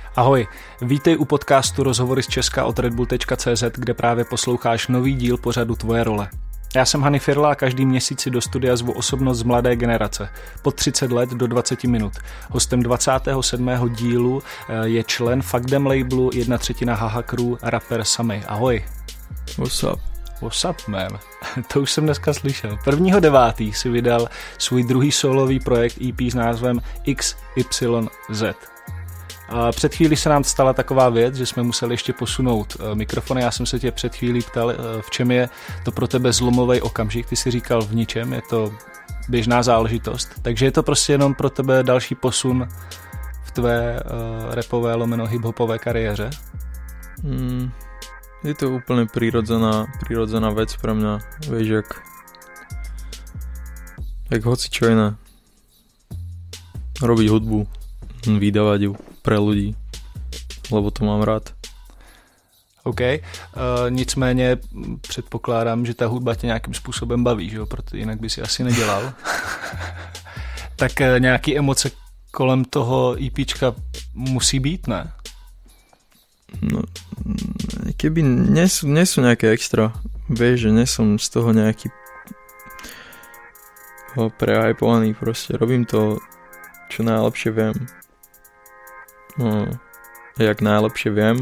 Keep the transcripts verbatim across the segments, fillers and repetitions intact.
Ahoj, vítej u podcastu Rozhovory z Česka od redbull tečka cé zet, kde právě posloucháš nový díl pořadu Tvoje role. Já jsem Hany Firla a každý měsíc si do studia zvu osobnost z mladé generace. Po třicet let do dvacet minut. Hostem dvacátého sedmého dílu je člen Fakdem labelu, jedna třetina Haha Crew, rapper Samy. Ahoj. What's up? What's up, man? To už jsem dneska slyšel. prvního devátého si vydal svůj druhý solový projekt E P s názvem X Y Z. A před chvílí se nám stala taková věc, že jsme museli ještě posunout mikrofony. Já jsem se tě před chvílí ptal, v čem je to pro tebe zlomový okamžik. Ty jsi říkal v ničem, je to běžná záležitost. Takže je to prostě jenom pro tebe další posun v tvé uh, rapové lomeno hiphopové kariéře? Mm, je to úplne prirodzená, prirodzená vec pre mňa. Vieš, jak, jak hoci čo iné. Robiť hudbu, vydávať ju pre ľudí, lebo to mám rád. OK, uh, nicméně předpokládám, že ta hudba tě nějakým způsobem baví, že jo? Proto jinak by si asi nedělal. Tak uh, nějaký emoce kolem toho EPčka musí být, ne? No, keby nie sú, nie sú nejaké extra, vieš, že nie som z toho nejaký prehypovaný, proste robím to, čo najlepšie viem. No, jak najlepšie viem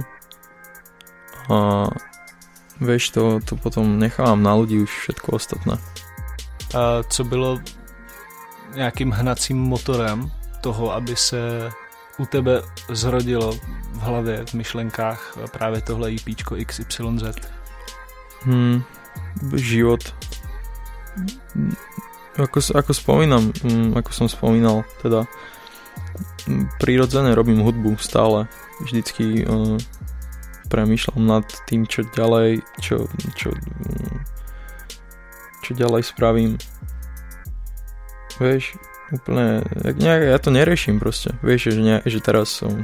a vieš, to, to potom nechávám na ľudí už všetko ostatné. A co bylo nějakým hnacím motorem toho, aby se u tebe zrodilo v hlavě, v myšlenkách právě tohle EPčko X Y Z? Hmm, život. Ako, ako spomínam, ako som spomínal, teda prirodzene robím hudbu stále. Vždycky uh, premýšľam nad tým, čo ďalej, čo, čo, čo ďalej spravím. Vieš, úplne, nejak, ja to neriešim proste. Vieš, že, ne, že teraz som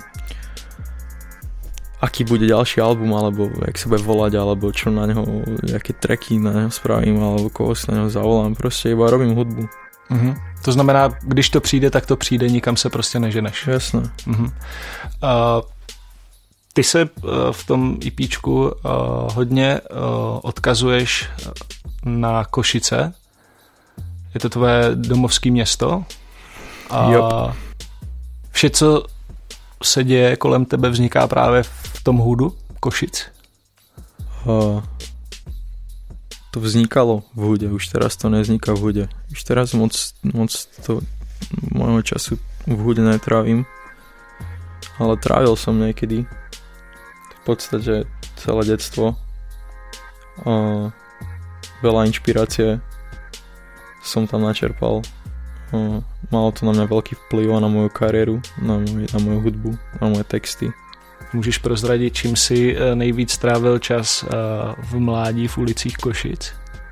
aký bude ďalší album, alebo jak sa bude volať, alebo čo na neho, aké tracky na neho spravím, alebo koho si na neho zavolám. Proste iba robím hudbu. Mm-hmm. To znamená, když to přijde, tak to přijde, nikam se prostě neženeš. Jasné. Mm-hmm. Uh, ty se uh, v tom EPčku uh, hodně uh, odkazuješ na Košice. Je to tvoje domovské město. A yep. Vše, co se děje kolem tebe, vzniká právě v tom hoodu Košic? Uh, to vznikalo v hude, už teraz to nevzniká v hude. Už teraz moc, moc to môjho času v hude netrávim, ale trávil som niekedy v podstate celé detstvo. Uh, veľa inšpirácie som tam načerpal. Uh, malo to na mňa veľký vplyv na moju kariéru, na, môj, na moju hudbu, na moje texty. Můžeš prozradit, čím si nejvíc strávil čas v mládí v ulicích Košic?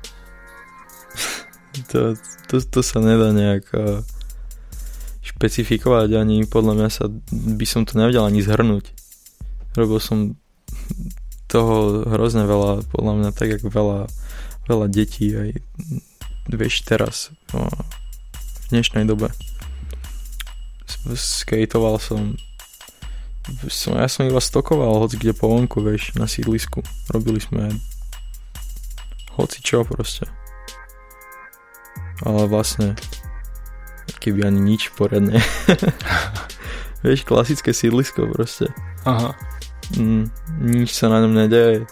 To, to, to sa nedá nejak špecifikovať, ani podľa mňa sa, by som to nevedel ani zhrnúť. Robil som toho hrozne veľa, podľa mňa tak, jak veľa, veľa detí aj vieš teraz v dnešnej dobe. Skateoval som, som ja som iba stokoval hoci kde po vonku, vieš, na sídlisku. Robili sme hoci čo proste. Ale vlastne keby ani nič poriadne. Vieš, klasické sídlisko proste. Aha. Mm, nič sa na ňom nedeje.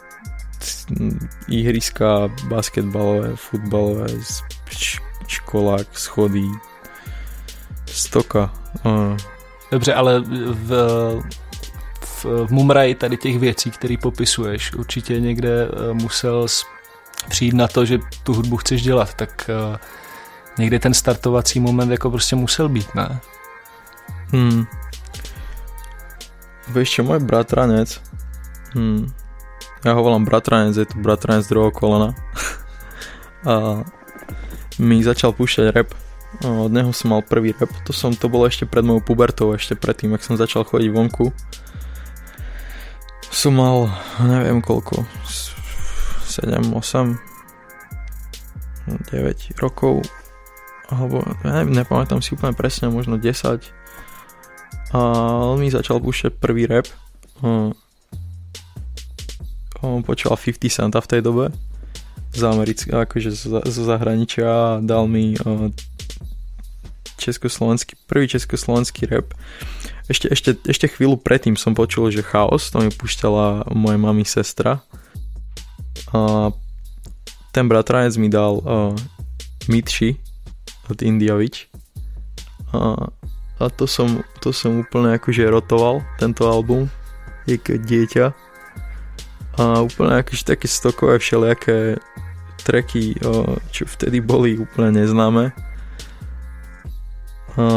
Ihriska basketbalové, futbalové, školák, schody, stoka. Uh. Dobře, ale v, v, v mumraji tady těch věcí, které popisuješ, určitě někde musel přijít na to, že tu hudbu chceš dělat, tak uh, někde ten startovací moment jako prostě musel být, ne? Hmm. Vieš čo, môj bratranec, hmm. ja ho volám bratranec, je to bratranec druhého kolena a mi začal púšťať rap. Od neho som mal prvý rap, to, som, to bolo ešte pred mojou pubertou, ešte predtým, ak som začal chodiť vonku. Som mal, neviem koľko, sedem, osem, deväť rokov, alebo ja neviem, nepamätám si úplne presne, možno desať. A on mi začal púšťať prvý rap. Uh, on počal fifty Centa v tej dobe z Americky, akože zo zahraničia a dal mi uh, československý, prvý československý rap. Ešte, ešte, ešte chvíľu predtým som počul, že Chaos, to mi púšťala moje mami sestra. A ten bratranec mi dal uh, Mitši od Indiavič. A, a to som, to som úplne akože rotoval, tento album, ako dieťa. A úplne akože také stokové všelijaké tracky, uh, čo vtedy boli úplne neznáme. A...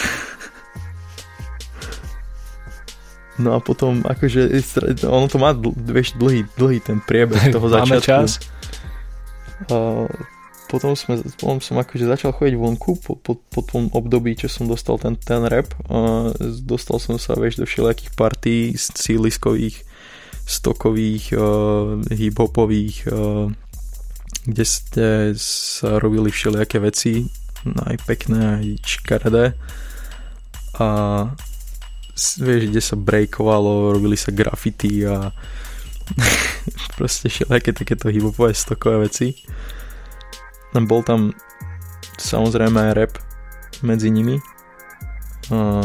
No a potom akože ono to má dl- dlhý, dlhý ten priebeh toho začiatku. Máme čas. A potom, sme, potom som akože začal chodiť vonku po, po, po tom období, čo som dostal ten, ten rap. A dostal som sa, vieš, do všelijakých partí síliskových, stokových, uh, hip-hopových, uh, kde ste sa robili všelijaké veci, aj pekné, aj škaredé. A vieš, kde sa breakovalo, robili sa graffiti a proste všelijaké takéto hip-hopové stokové veci. Bol tam samozrejme aj rap medzi nimi. A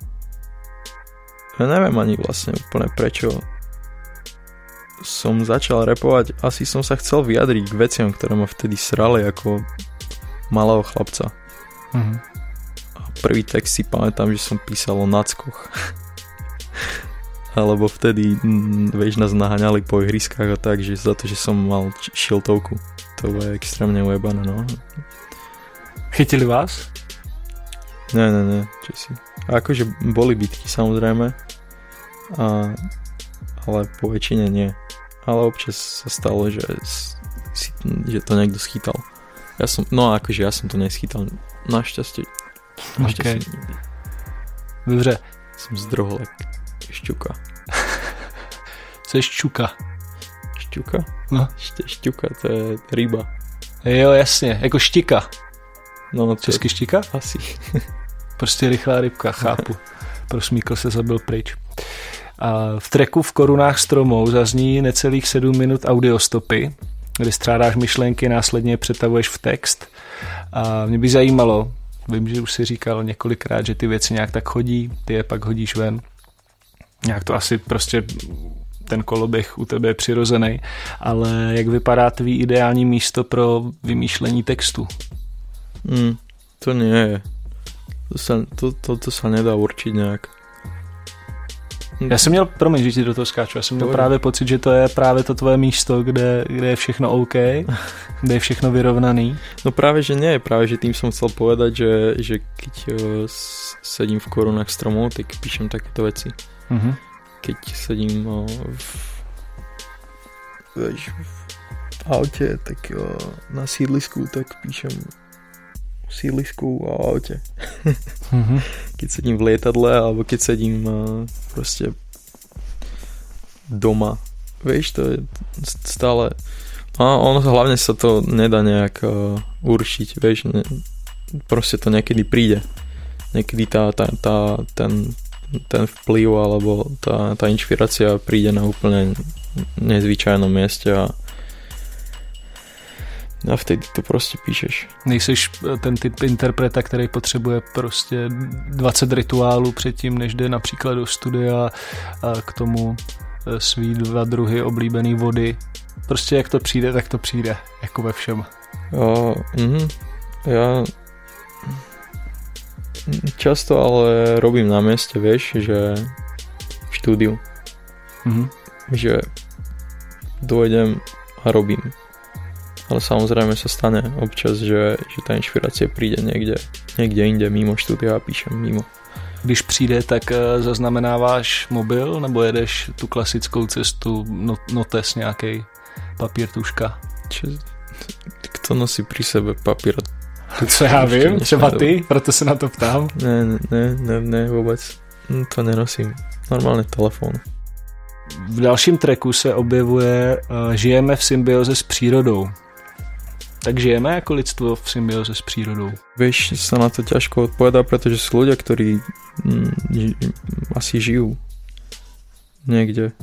ja neviem ani vlastne úplne prečo som začal rapovať. Asi som sa chcel vyjadriť k veciam, ktoré ma vtedy srali ako malého chlapca. Mhm. A prvý text si pamätám, že som písal o nackoch. Alebo vtedy, vieš, nás naháňali po ihriskách a tak, že za to, že som mal šiltovku. To je extrémne ujebané, no. Chytili vás? Ne, ne, ne, čo si. A akože boli bitky, samozrejme. A, ale po väčšine nie. Ale občas sa stalo, že, si, že to niekto schytal. Ja som, no akože ja som to neschytal. Našťastie. Našťastie. Okay. Dobře. Som zdrohol jak šťuka. Co je šťuka? Šťuka? No. Ště, šťuka, to je ryba. Jo, jasně, jako štika. No, no Česky štika? Asi. Prostě rychlá rybka, chápu. Prosmíkl se, zabil pryč. A v tracku V korunách stromou zazní necelých sedm minut audiostopy, kdy střádáš myšlenky, následně je přetavuješ v text. A mě by zajímalo, vím, že už si říkal několikrát, že ty věci nějak tak chodí, ty je pak hodíš ven. Nějak to asi prostě ten koloběh u tebe je přirozený, ale jak vypadá tvý ideální místo pro vymýšlení textu? Mm, to nie je. To sa, to, to, to sa nedá určiť nejak. Já jsem měl, promiň, že ti do toho skáču, já jsem měl právě pocit, že to je právě to tvoje místo, kde, kde je všechno OK, kde je všechno vyrovnaný. No práve, že nie, práve, že tým som chcel povedať, že, že keď uh, sedím v korunách stromov, tak píšem takéto veci. Uh-huh. Keď sedím uh, v, v, v aute, tak uh, na sídlisku, tak píšem v sídlisku a aute. Uh-huh. Keď sedím v lietadle, alebo keď sedím uh, proste doma. Vieš, to je stále... A ono hlavne sa to nedá nejak uh, určiť, vieš, ne, proste to niekedy príde. Niekedy tá, tá, tá, ten, ten vplyv alebo tá, tá inšpirácia príde na úplne nezvyčajnom mieste a a vtedy to prostě píšeš. Nejseš ten typ interpreta, který potřebuje prostě dvacet rituálů předtím, než jde například do studia a k tomu svý dva druhy oblíbený vody. Prostě jak to přijde, tak to přijde. Jako ve všem. Jo, mhm. Já často ale robím na mieste, vieš, že v štúdiu. Mhm. Že dojdem a robím. Ale samozrejme sa stane občas, že, že tá inšpirácia príde niekde, niekde inde, mimo štúdia a píšem mimo. Když přijde, tak zaznamenáváš mobil, nebo jedeš tu klasickou cestu, not, notes nějaký papír, tuška? Čo, kto nosí pri sebe papír? Co já vím, třeba ty, proto se na to ptám. Ne, ne, ne, ne, vůbec to nenosím. Normálně telefon. V dalším tracku se objevuje uh, Žijeme v symbioze s přírodou. Tak žijeme jako lidstvo v symbioze s prírodou? Vieš, sa na to ťažko odpovedá, pretože sú ľudia, ktorí mm, ži, asi žijú niekde.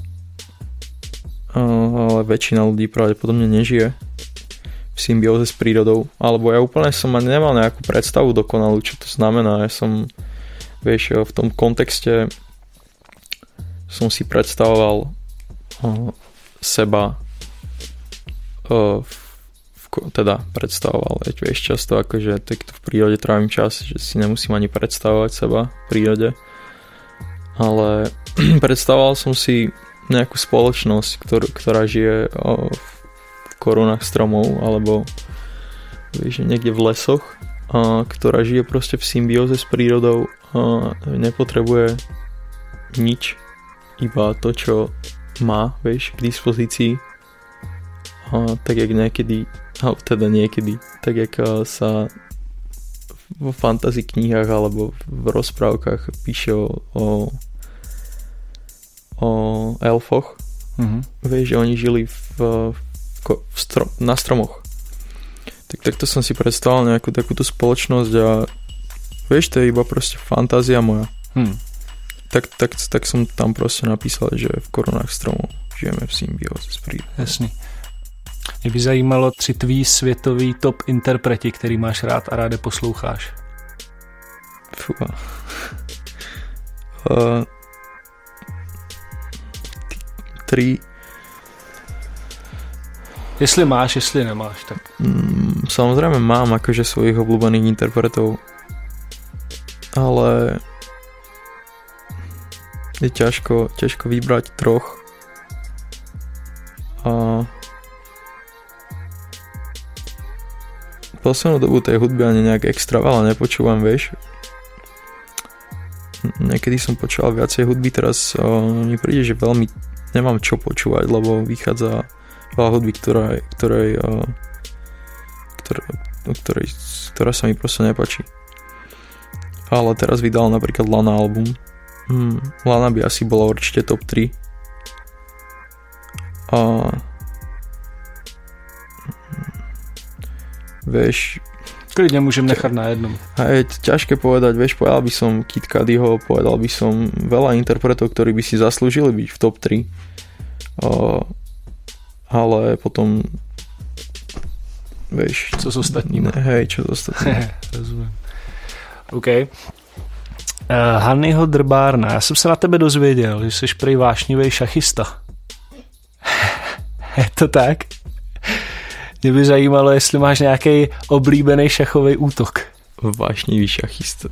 Ale väčšina ľudí pravdepodobne nežije v symbióze s prírodou. Alebo ja úplne som ani nemal nejakú predstavu dokonalú, čo to znamená. Ja som, vieš, v tom kontexte som si predstavoval uh, seba uh, teda predstavoval, vieš, často akože takto v prírode trávim čas, že si nemusím ani predstavovať seba v prírode, ale predstavoval som si nejakú spoločnosť, ktorú, ktorá žije o, v korunách stromov alebo vieš, niekde v lesoch, a, ktorá žije proste v symbióze s prírodou a nepotrebuje nič, iba to, čo má, vieš, k dispozícii, a, tak jak niekedy alebo teda niekedy, tak jak sa vo fantasy knihách alebo v rozprávkach píše o, o, o elfoch. Mm-hmm. Vieš, že oni žili v, v, v strom, na stromoch. Tak takto som si predstavoval nejakú takúto spoločnosť a vieš, to je iba proste fantázia moja. Hmm. Tak, tak, tak som tam proste napísal, že v korunách stromov žijeme v symbióze s prírodou. Jasný. Mě by zajímalo tři tvý světový top interpreti, který máš rád a ráde posloucháš. Fúha. Uh, tri. Jestli máš, jestli nemáš, tak... Mm, samozrejme mám akože svojich obľúbených interpretov, ale je ťažko, ťažko vybrať troch. A poslednú dobu tej hudby ani nejak extra veľa nepočúvam, vieš. Niekedy som počúval viacej hudby, teraz o, mi príde, že veľmi nemám čo počúvať, lebo vychádza veľa hudby, ktorá, ktorej, o, ktoré, ktorej, ktorá sa mi proste nepáči. Ale teraz vydal napríklad Lana album. Hmm, Lana by asi bola určite top tri. A vieš, klidne môžem nechať na jednom. A je ťažké povedať, vieš, povedal by som Kid Cudiho, povedal by som veľa interpretov, ktorí by si zaslúžili byť v top tri. Uh, ale potom vieš... Co s ostatnými? Hej, čo s ostatnými. Rozumím. OK. Uh, Hanyho Drbárna, já jsem se na tebe dozvěděl, že jsi prej vášnivý šachista. Je to tak? Mě by zajímalo, jestli máš nějaký oblíbený šachový útok. Vášnivý šachista.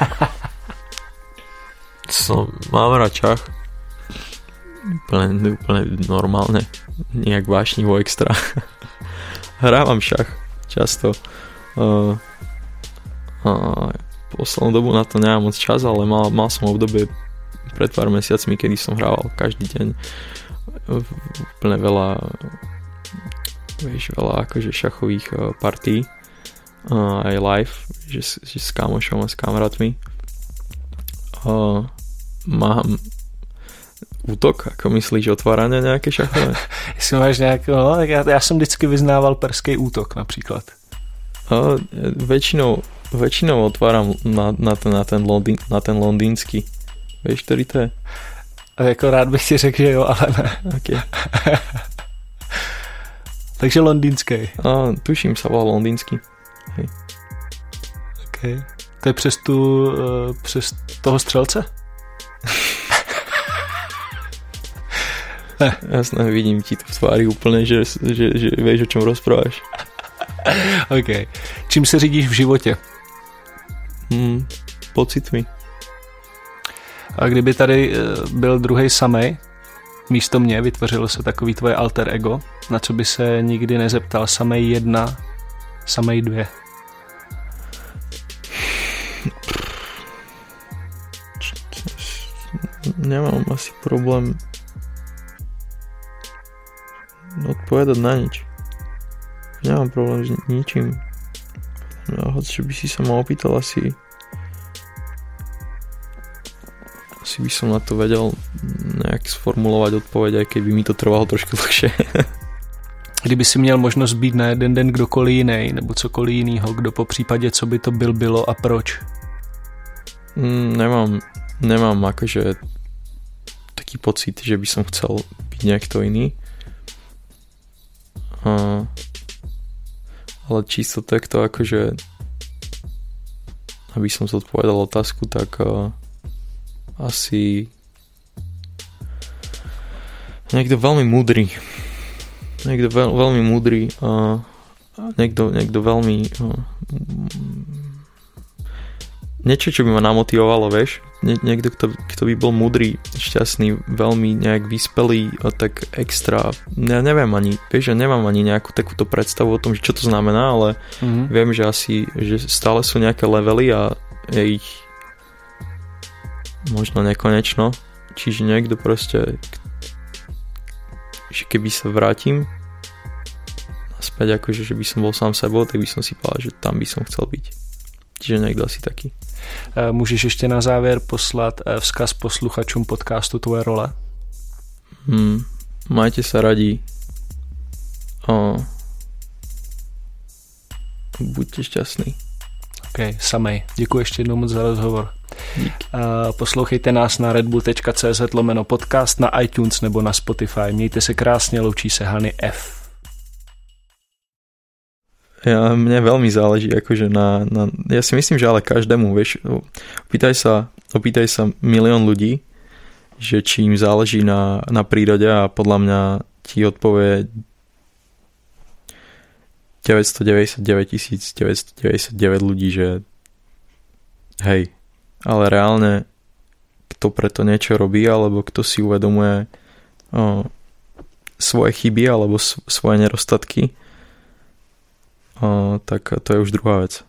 Som, mám rád šach. Úplne, úplne normálne. Nejak vášnivo extra. Hrávam šach často. Uh, uh, poslednú dobu na to nemám moc čas, ale mal, mal som obdobie pred pár mesiacmi, kedy som hrával každý deň úplne veľa vieš, veľa akože šachových uh, partí uh, aj live, že, že s kámošom a s kamarátmi. Uh, mám útok, ako myslíš, otvárania nejaké šachové? Jestli máš nejaké, no, tak ja, ja som vždycky vyznával perský útok napríklad. Uh, väčšinou, väčšinou otváram na, na, ten, na, ten Londýn, na ten londýnsky. Vieš, ktorý to je? Jako rád bych ti řekl, že jo, ale ne. Okay. Takže londýnský. A, tuším, sa volá londýnsky. Hej. Okay. To je přes tu, uh, přes toho střelce? Jasné, vidím ti to v tvári úplne, že, že, že vieš, o čom rozprávaš. OK. Čím se řídíš v životě? Hmm, pocitmi. A kdyby tady byl druhej samej, místo mě vytvořilo se takový tvoje alter ego, na co by se nikdy nezeptal, samej jedna, samej dvě. Nemám asi problém odpovedať na nič. Nemám problém s ničím. No, hoď, že by si sa ma opýtal, asi asi by som na to vedel nejak sformulovať odpoveď, aj keby mi to trvalo trošku dlhšie. Kdyby si měl možnost být na jeden den kdokoliv jiný, nebo cokoliv jinýho, kdo po případě, co by to byl, bylo a proč? Mm, nemám, nemám akože taký pocit, že by som chcel byť niekto iný. Uh, ale čisto takto akože aby som zodpovedal otázku, tak uh, asi niekto veľmi múdry. Niekto veľ, veľmi múdry a uh, niekto, niekto veľmi uh, niečo, čo by ma namotivovalo, vieš. Nie, niekto, kto, kto by bol múdry, šťastný, veľmi nejak vyspelý a tak extra. Ja neviem ani, vieš, ja nemám ani nejakú takúto predstavu o tom, že čo to znamená, ale mm-hmm. viem, že asi, že stále sú nejaké levely a je ich možno nekonečno. Čiže niekto proste, že keby sa vrátim naspäť, akože, že by som bol sám sebou, tak by som si povedal, že tam by som chcel byť. Čiže niekto asi taký. Můžeš ještě na závěr poslat vzkaz posluchačům podcastu Tvoje role? Hmm, majte sa radi. O, buďte šťastní. OK, samej. Děkuji ještě jednou moc za rozhovor. Díky. Poslouchejte nás na redbull.cz lomeno podcast, na iTunes nebo na Spotify. Mějte se krásně, loučí se Hany F. Ja, mne veľmi záleží akože na, na... Ja si myslím, že ale každému, vieš, opýtaj sa, opýtaj sa milión ľudí, že či im záleží na, na prírode a podľa mňa ti odpovie deväťstodeväťdesiatdeväť tisíc deväťstodeväťdesiatdeväť ľudí, že hej, ale reálne kto preto niečo robí, alebo kto si uvedomuje o, svoje chyby alebo svoje nedostatky, O, tak to je už druhá vec.